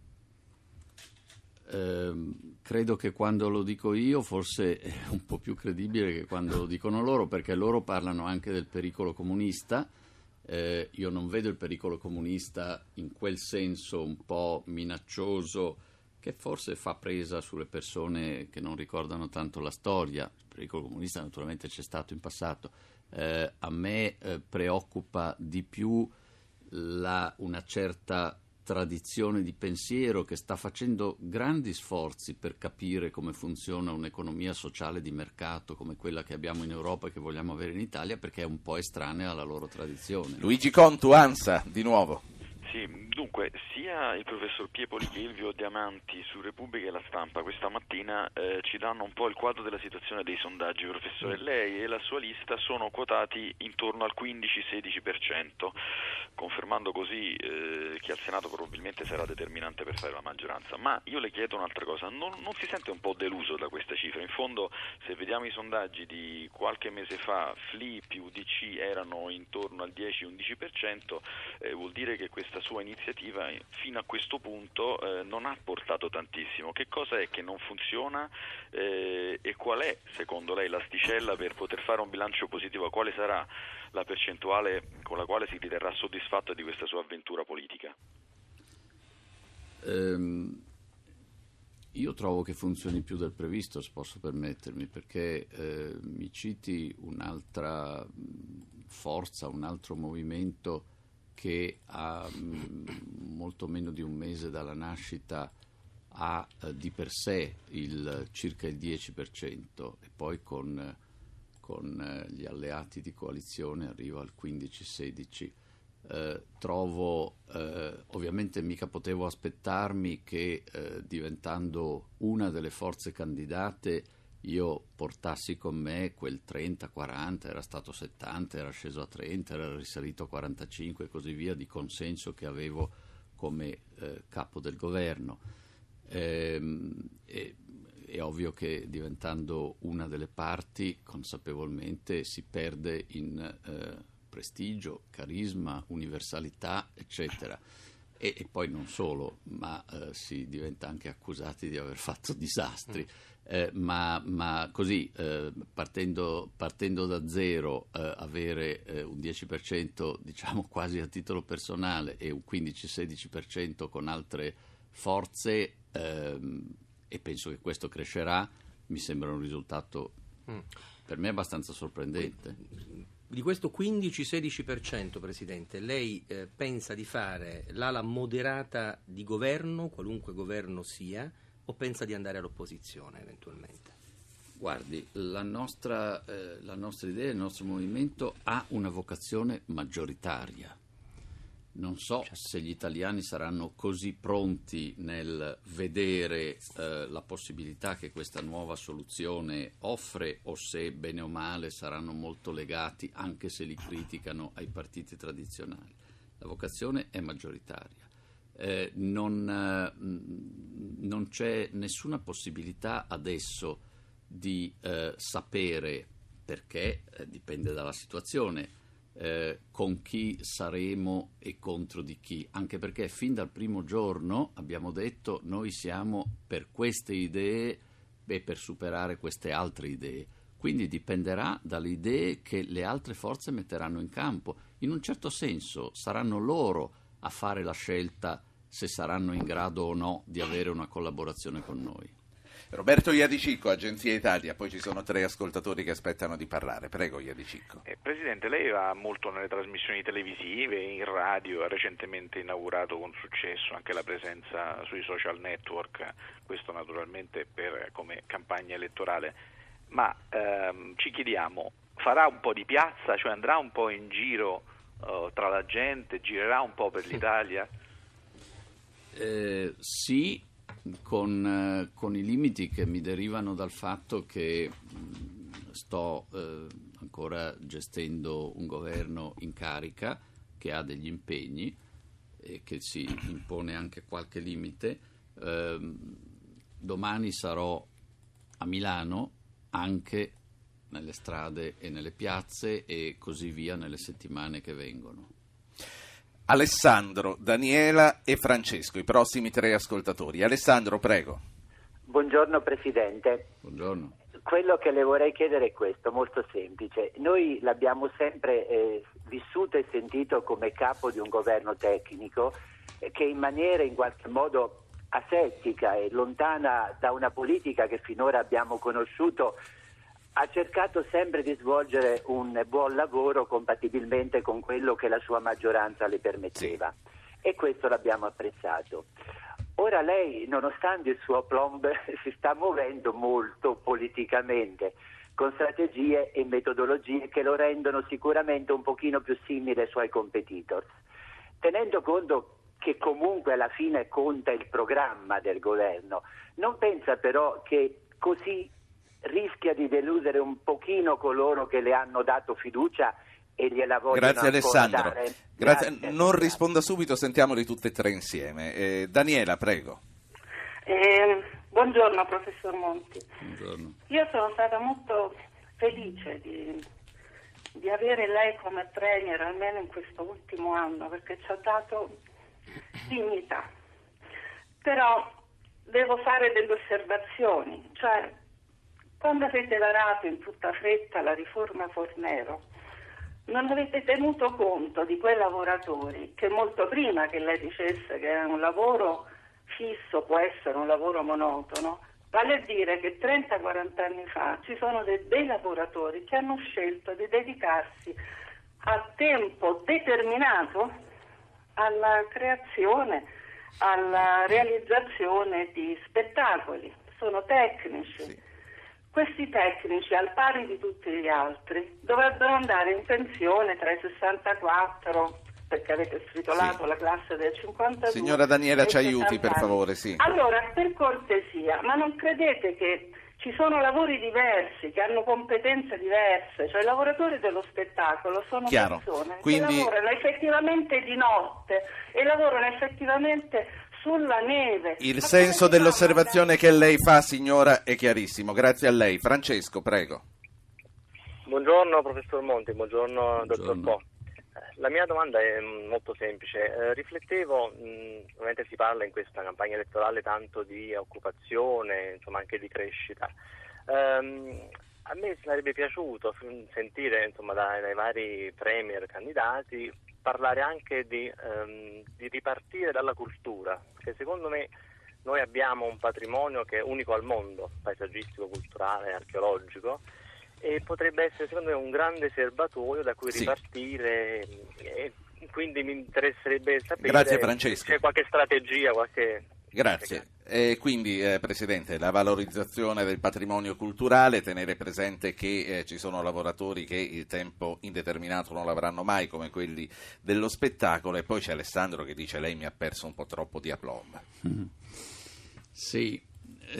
Credo che quando lo dico io forse è un po' più credibile che quando lo dicono loro, perché loro parlano anche del pericolo comunista. Io non vedo il pericolo comunista in quel senso un po' minaccioso che forse fa presa sulle persone che non ricordano tanto la storia. Il pericolo comunista naturalmente c'è stato in passato. A me preoccupa di più una certa tradizione di pensiero che sta facendo grandi sforzi per capire come funziona un'economia sociale di mercato come quella che abbiamo in Europa e che vogliamo avere in Italia, perché è un po' estranea alla loro tradizione. Luigi Contu, ANSA, di nuovo. Sì, dunque, sia il professor Piepoli che Ilvio Diamanti su Repubblica e La Stampa questa mattina ci danno un po' il quadro della situazione dei sondaggi. Professore, lei e la sua lista sono quotati intorno al 15-16%, confermando così che al Senato probabilmente sarà determinante per fare la maggioranza. Ma io le chiedo un'altra cosa, non si sente un po' deluso da questa cifra? In fondo, se vediamo i sondaggi di qualche mese fa, FLI più DC erano intorno al 10-11%, vuol dire che questa sua iniziativa fino a questo punto non ha portato tantissimo. Che cosa è che non funziona e qual è secondo lei l'asticella per poter fare un bilancio positivo? Quale sarà la percentuale con la quale si riterrà soddisfatto di questa sua avventura politica? Io trovo che funzioni più del previsto, se posso permettermi, perché mi citi un'altra forza, un altro movimento che ha molto meno di un mese dalla nascita ha di per sé circa il 10% e poi con gli alleati di coalizione arriva al 15-16%. Trovo, ovviamente mica potevo aspettarmi che diventando una delle forze candidate io portassi con me quel 30-40, era stato 70, era sceso a 30, era risalito a 45 e così via di consenso che avevo come capo del governo. È ovvio che diventando una delle parti consapevolmente si perde in prestigio, carisma, universalità, eccetera. E poi non solo, ma si diventa anche accusati di aver fatto disastri. Ma così, partendo da zero, avere un 10% diciamo quasi a titolo personale e un 15-16% con altre forze, e penso che questo crescerà, mi sembra un risultato per me abbastanza sorprendente. Di questo 15-16%, Presidente, lei pensa di fare l'ala moderata di governo, qualunque governo sia, o pensa di andare all'opposizione eventualmente? Guardi, la nostra idea, il nostro movimento ha una vocazione maggioritaria. Non so se gli italiani saranno così pronti nel vedere la possibilità che questa nuova soluzione offre, o se bene o male saranno molto legati, anche se li criticano, ai partiti tradizionali. La vocazione è maggioritaria. Non c'è nessuna possibilità adesso di sapere, perché dipende dalla situazione, con chi saremo e contro di chi, anche perché fin dal primo giorno abbiamo detto noi siamo per queste idee e per superare queste altre idee, quindi dipenderà dalle idee che le altre forze metteranno in campo. In un certo senso saranno loro a fare la scelta se saranno in grado o no di avere una collaborazione con noi. Roberto Iadicicco, Agenzia Italia, poi ci sono 3 ascoltatori che aspettano di parlare. Prego, Iadicicco. Presidente, lei va molto nelle trasmissioni televisive, in radio, ha recentemente inaugurato con successo anche la presenza sui social network, questo naturalmente come campagna elettorale, ma ci chiediamo, farà un po' di piazza, cioè andrà un po' in giro tra la gente, girerà un po' per l'Italia? Sì, con i limiti che mi derivano dal fatto che sto ancora gestendo un governo in carica che ha degli impegni e che si impone anche qualche limite. Domani sarò a Milano, anche nelle strade e nelle piazze, e così via nelle settimane che vengono. Alessandro, Daniela e Francesco, i prossimi 3 ascoltatori. Alessandro, prego. Buongiorno Presidente. Buongiorno. Quello che le vorrei chiedere è questo, molto semplice. Noi l'abbiamo sempre vissuto e sentito come capo di un governo tecnico che in maniera in qualche modo asettica e lontana da una politica che finora abbiamo conosciuto ha cercato sempre di svolgere un buon lavoro compatibilmente con quello che la sua maggioranza le permetteva, e questo l'abbiamo apprezzato. Ora lei, nonostante il suo aplomb, si sta muovendo molto politicamente, con strategie e metodologie che lo rendono sicuramente un pochino più simile ai suoi competitors. Tenendo conto che comunque alla fine conta il programma del governo, non pensa però che così rischia di deludere un pochino coloro che le hanno dato fiducia e gliela vogliono Grazie Alessandro. Dare? Grazie. Non risponda subito, sentiamoli tutte e 3 insieme. Daniela, prego. Buongiorno professor Monti. Buongiorno. Io sono stata molto felice di avere lei come premier almeno in questo ultimo anno, perché ci ha dato dignità. Però devo fare delle osservazioni, cioè quando avete varato in tutta fretta la riforma Fornero, non avete tenuto conto di quei lavoratori che molto prima che lei dicesse che un lavoro fisso può essere un lavoro monotono, vale a dire che 30-40 anni fa ci sono dei lavoratori che hanno scelto di dedicarsi a tempo determinato alla creazione, alla realizzazione di spettacoli, sono tecnici. Sì. Questi tecnici, al pari di tutti gli altri, dovrebbero andare in pensione tra i 64, perché avete stritolato la classe del 52. Signora Daniela, ci aiuti per favore, sì. Allora, per cortesia, ma non credete che ci sono lavori diversi, che hanno competenze diverse, cioè i lavoratori dello spettacolo sono persone che lavorano effettivamente di notte e lavorano effettivamente sulla neve. Il senso dell'osservazione che lei fa, signora, è chiarissimo. Grazie a lei. Francesco, prego. Buongiorno professor Monti, buongiorno dottor Po. La mia domanda è molto semplice. Riflettevo, ovviamente si parla in questa campagna elettorale tanto di occupazione, insomma anche di crescita. A me sarebbe piaciuto sentire, insomma, dai vari premier candidati parlare anche di ripartire dalla cultura, perché secondo me noi abbiamo un patrimonio che è unico al mondo, paesaggistico, culturale, archeologico, e potrebbe essere secondo me un grande serbatoio da cui ripartire, e quindi mi interesserebbe sapere se c'è qualche strategia, qualche Grazie. Quindi, Presidente, la valorizzazione del patrimonio culturale, tenere presente che ci sono lavoratori che il tempo indeterminato non l'avranno mai, come quelli dello spettacolo, e poi c'è Alessandro che dice lei mi ha perso un po' troppo di aplomb. Sì,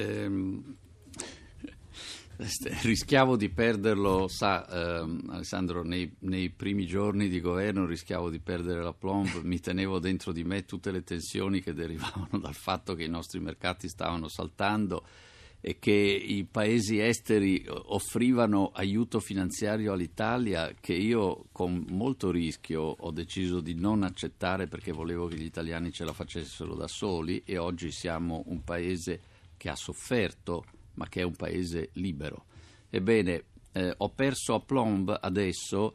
rischiavo di perderlo, Alessandro, nei primi giorni di governo rischiavo di perdere l'aplomb, mi tenevo dentro di me tutte le tensioni che derivavano dal fatto che i nostri mercati stavano saltando e che i paesi esteri offrivano aiuto finanziario all'Italia, che io con molto rischio ho deciso di non accettare perché volevo che gli italiani ce la facessero da soli, e oggi siamo un paese che ha sofferto ma che è un paese libero. Ebbene, ho perso aplomb adesso,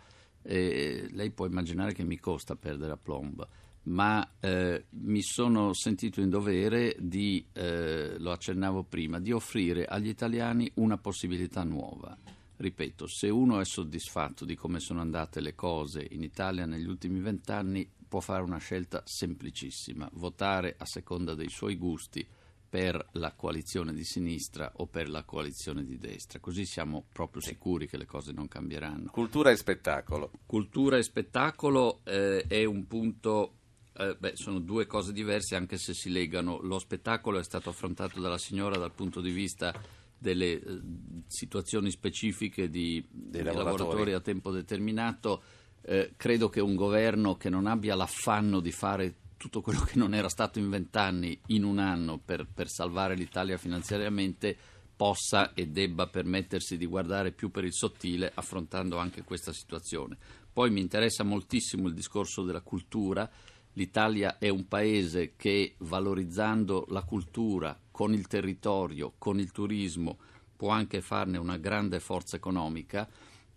lei può immaginare che mi costa perdere aplomb, ma mi sono sentito in dovere di, lo accennavo prima, di offrire agli italiani una possibilità nuova. Ripeto, se uno è soddisfatto di come sono andate le cose in Italia negli ultimi 20 anni, può fare una scelta semplicissima: votare a seconda dei suoi gusti per la coalizione di sinistra o per la coalizione di destra, così siamo proprio sicuri che le cose non cambieranno. Cultura e spettacolo. Cultura e spettacolo è un punto, sono due cose diverse anche se si legano. Lo spettacolo è stato affrontato dalla signora dal punto di vista delle situazioni specifiche dei lavoratori a tempo determinato. Credo che un governo che non abbia l'affanno di fare tutto quello che non era stato in 20 anni in un anno per salvare l'Italia finanziariamente possa e debba permettersi di guardare più per il sottile, affrontando anche questa situazione. Poi mi interessa moltissimo il discorso della cultura. L'Italia è un paese che, valorizzando la cultura con il territorio, con il turismo, può anche farne una grande forza economica.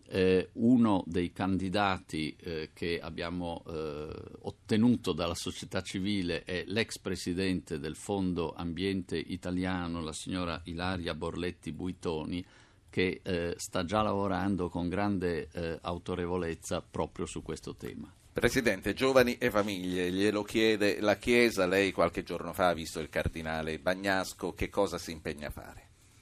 Uno dei candidati che abbiamo ottenuto dalla società civile è l'ex presidente del Fondo Ambiente Italiano, la signora Ilaria Borletti Buitoni, che sta già lavorando con grande autorevolezza proprio su questo tema. Presidente, giovani e famiglie, glielo chiede la Chiesa. Lei qualche giorno fa ha visto il cardinale Bagnasco, che cosa si impegna a fare?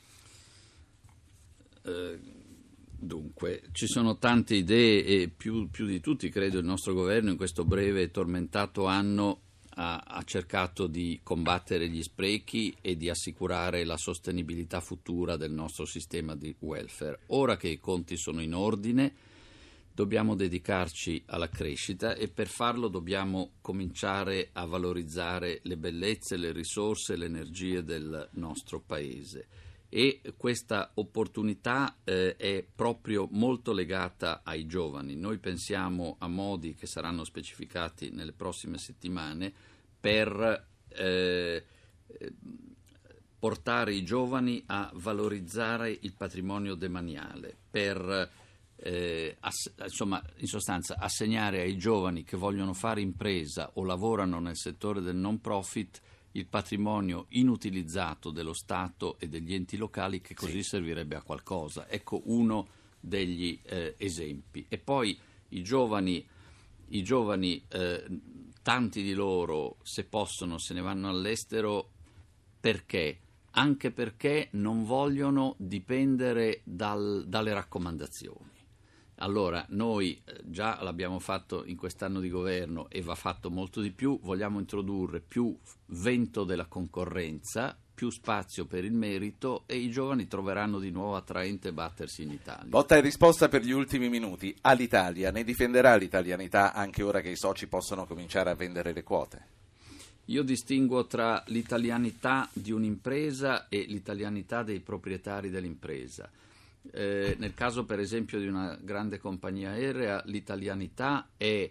Dunque, ci sono tante idee e più di tutti, credo, il nostro governo in questo breve e tormentato anno ha cercato di combattere gli sprechi e di assicurare la sostenibilità futura del nostro sistema di welfare. Ora che i conti sono in ordine, dobbiamo dedicarci alla crescita e per farlo dobbiamo cominciare a valorizzare le bellezze, le risorse, le energie del nostro Paese. E questa opportunità è proprio molto legata ai giovani. Noi pensiamo a modi che saranno specificati nelle prossime settimane per portare i giovani a valorizzare il patrimonio demaniale, per insomma, in sostanza assegnare ai giovani che vogliono fare impresa o lavorano nel settore del non profit il patrimonio inutilizzato dello Stato e degli enti locali, che così servirebbe a qualcosa. Ecco uno degli esempi. E poi i giovani, tanti di loro, se possono, se ne vanno all'estero. Perché? Anche perché non vogliono dipendere dalle raccomandazioni. Allora, noi già l'abbiamo fatto in quest'anno di governo e va fatto molto di più, vogliamo introdurre più vento della concorrenza, più spazio per il merito, e i giovani troveranno di nuovo attraente battersi in Italia. Botta e risposta per gli ultimi minuti. All'Italia, ne difenderà l'italianità anche ora che i soci possono cominciare a vendere le quote? Io distinguo tra l'italianità di un'impresa e l'italianità dei proprietari dell'impresa. Nel caso per esempio di una grande compagnia aerea, l'italianità è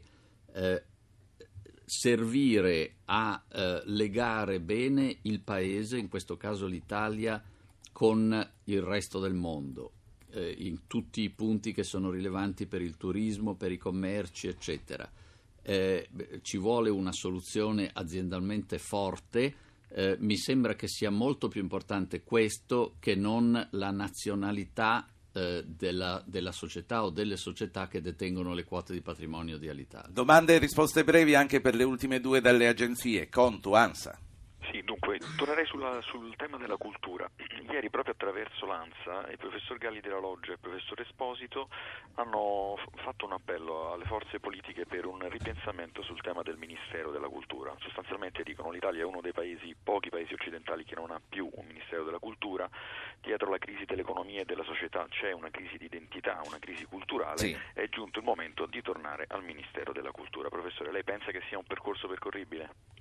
servire a legare bene il paese, in questo caso l'Italia, con il resto del mondo, in tutti i punti che sono rilevanti per il turismo, per i commerci, eccetera. Ci vuole una soluzione aziendalmente forte. Mi sembra che sia molto più importante questo che non la nazionalità della società o delle società che detengono le quote di patrimonio di Alitalia. Domande e risposte brevi anche per le ultime due dalle agenzie. Conto, ANSA. Sì, dunque, tornerei sul tema della cultura. Ieri, proprio attraverso l'ANSA, il professor Galli della Loggia e il professor Esposito hanno fatto un appello alle forze politiche per un ripensamento sul tema del Ministero della Cultura. Sostanzialmente dicono che l'Italia è uno dei pochi paesi occidentali che non ha più un Ministero della Cultura. Dietro la crisi dell'economia e della società c'è una crisi di identità, una crisi culturale. Sì. È giunto il momento di tornare al Ministero della Cultura. Professore, lei pensa che sia un percorso percorribile?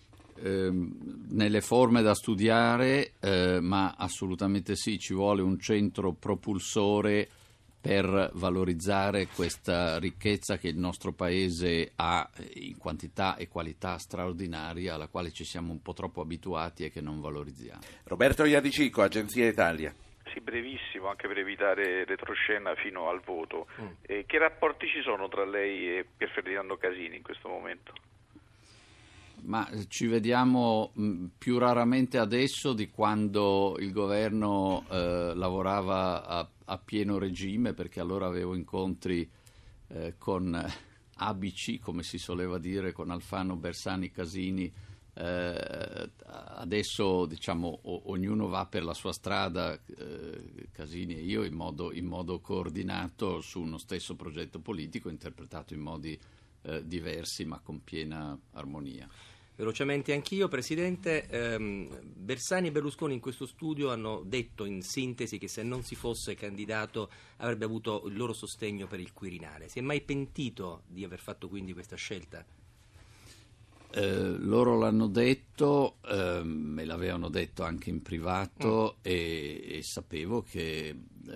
Nelle forme da studiare, ma assolutamente sì, ci vuole un centro propulsore per valorizzare questa ricchezza che il nostro paese ha in quantità e qualità straordinaria, alla quale ci siamo un po' troppo abituati e che non valorizziamo. Roberto Iadicico, Agenzia Italia. Sì, brevissimo, anche per evitare retroscena fino al voto. Che rapporti ci sono tra lei e Pier Ferdinando Casini in questo momento? Ma ci vediamo più raramente adesso di quando il governo lavorava a pieno regime, perché allora avevo incontri con ABC, come si soleva dire, con Alfano, Bersani, Casini. Adesso diciamo ognuno va per la sua strada, Casini e io, in modo coordinato su uno stesso progetto politico, interpretato in modi diversi ma con piena armonia. Velocemente anch'io, Presidente. Bersani e Berlusconi in questo studio hanno detto in sintesi che se non si fosse candidato avrebbe avuto il loro sostegno per il Quirinale. Si è mai pentito di aver fatto quindi questa scelta? Loro l'hanno detto, me l'avevano detto anche in privato e sapevo che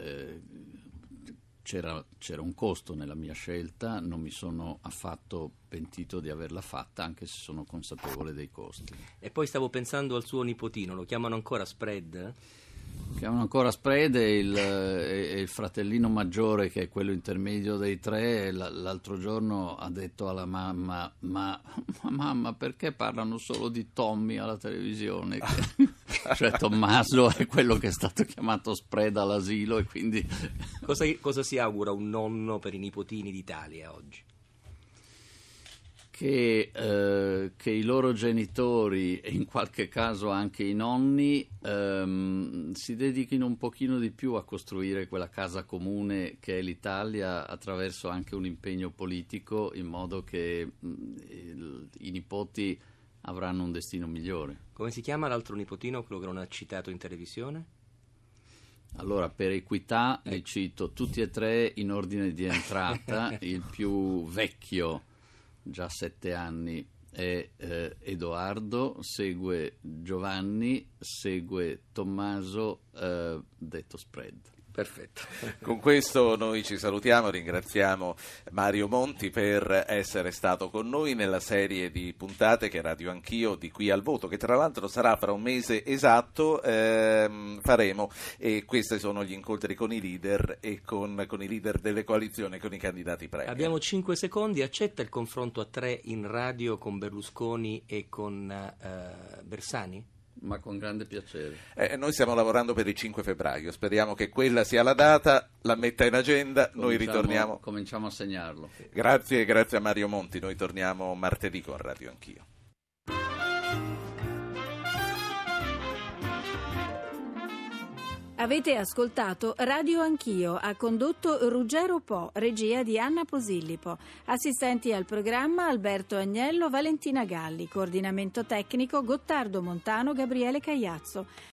c'era un costo nella mia scelta, non mi sono affatto pentito di averla fatta, anche se sono consapevole dei costi. E poi stavo pensando al suo nipotino, lo chiamano ancora Spread? Chiamano ancora Spread e il fratellino maggiore, che è quello intermedio dei tre, l'altro giorno ha detto alla mamma: ma mamma, perché parlano solo di Tommy alla televisione? Cioè Tommaso è quello che è stato chiamato Spread all'asilo, e quindi cosa si augura un nonno per i nipotini d'Italia oggi? Che i loro genitori, e in qualche caso anche i nonni, si dedichino un pochino di più a costruire quella casa comune che è l'Italia, attraverso anche un impegno politico, in modo che i nipoti avranno un destino migliore. Come si chiama l'altro nipotino, quello che non ha citato in televisione? Allora, per equità li cito tutti e tre in ordine di entrata. Il più vecchio, già 7 anni, è Edoardo, segue Giovanni, segue Tommaso, detto Spread. Perfetto. Con questo noi ci salutiamo, ringraziamo Mario Monti per essere stato con noi nella serie di puntate che Radio Anch'io di qui al voto, che tra l'altro sarà fra un mese esatto, faremo, e questi sono gli incontri con i leader e con i leader delle coalizioni, con i candidati premier. Abbiamo 5 secondi, accetta il confronto a 3 in radio con Berlusconi e con Bersani? Ma con grande piacere. Noi stiamo lavorando per il 5 febbraio, speriamo che quella sia la data, la metta in agenda, noi ritorniamo. Cominciamo a segnarlo. Grazie a Mario Monti, noi torniamo martedì con Radio Anch'io. Avete ascoltato Radio Anch'io, ha condotto Ruggero Po, regia di Anna Posillipo, assistenti al programma Alberto Agnello, Valentina Galli, coordinamento tecnico Gottardo Montano, Gabriele Cagliazzo.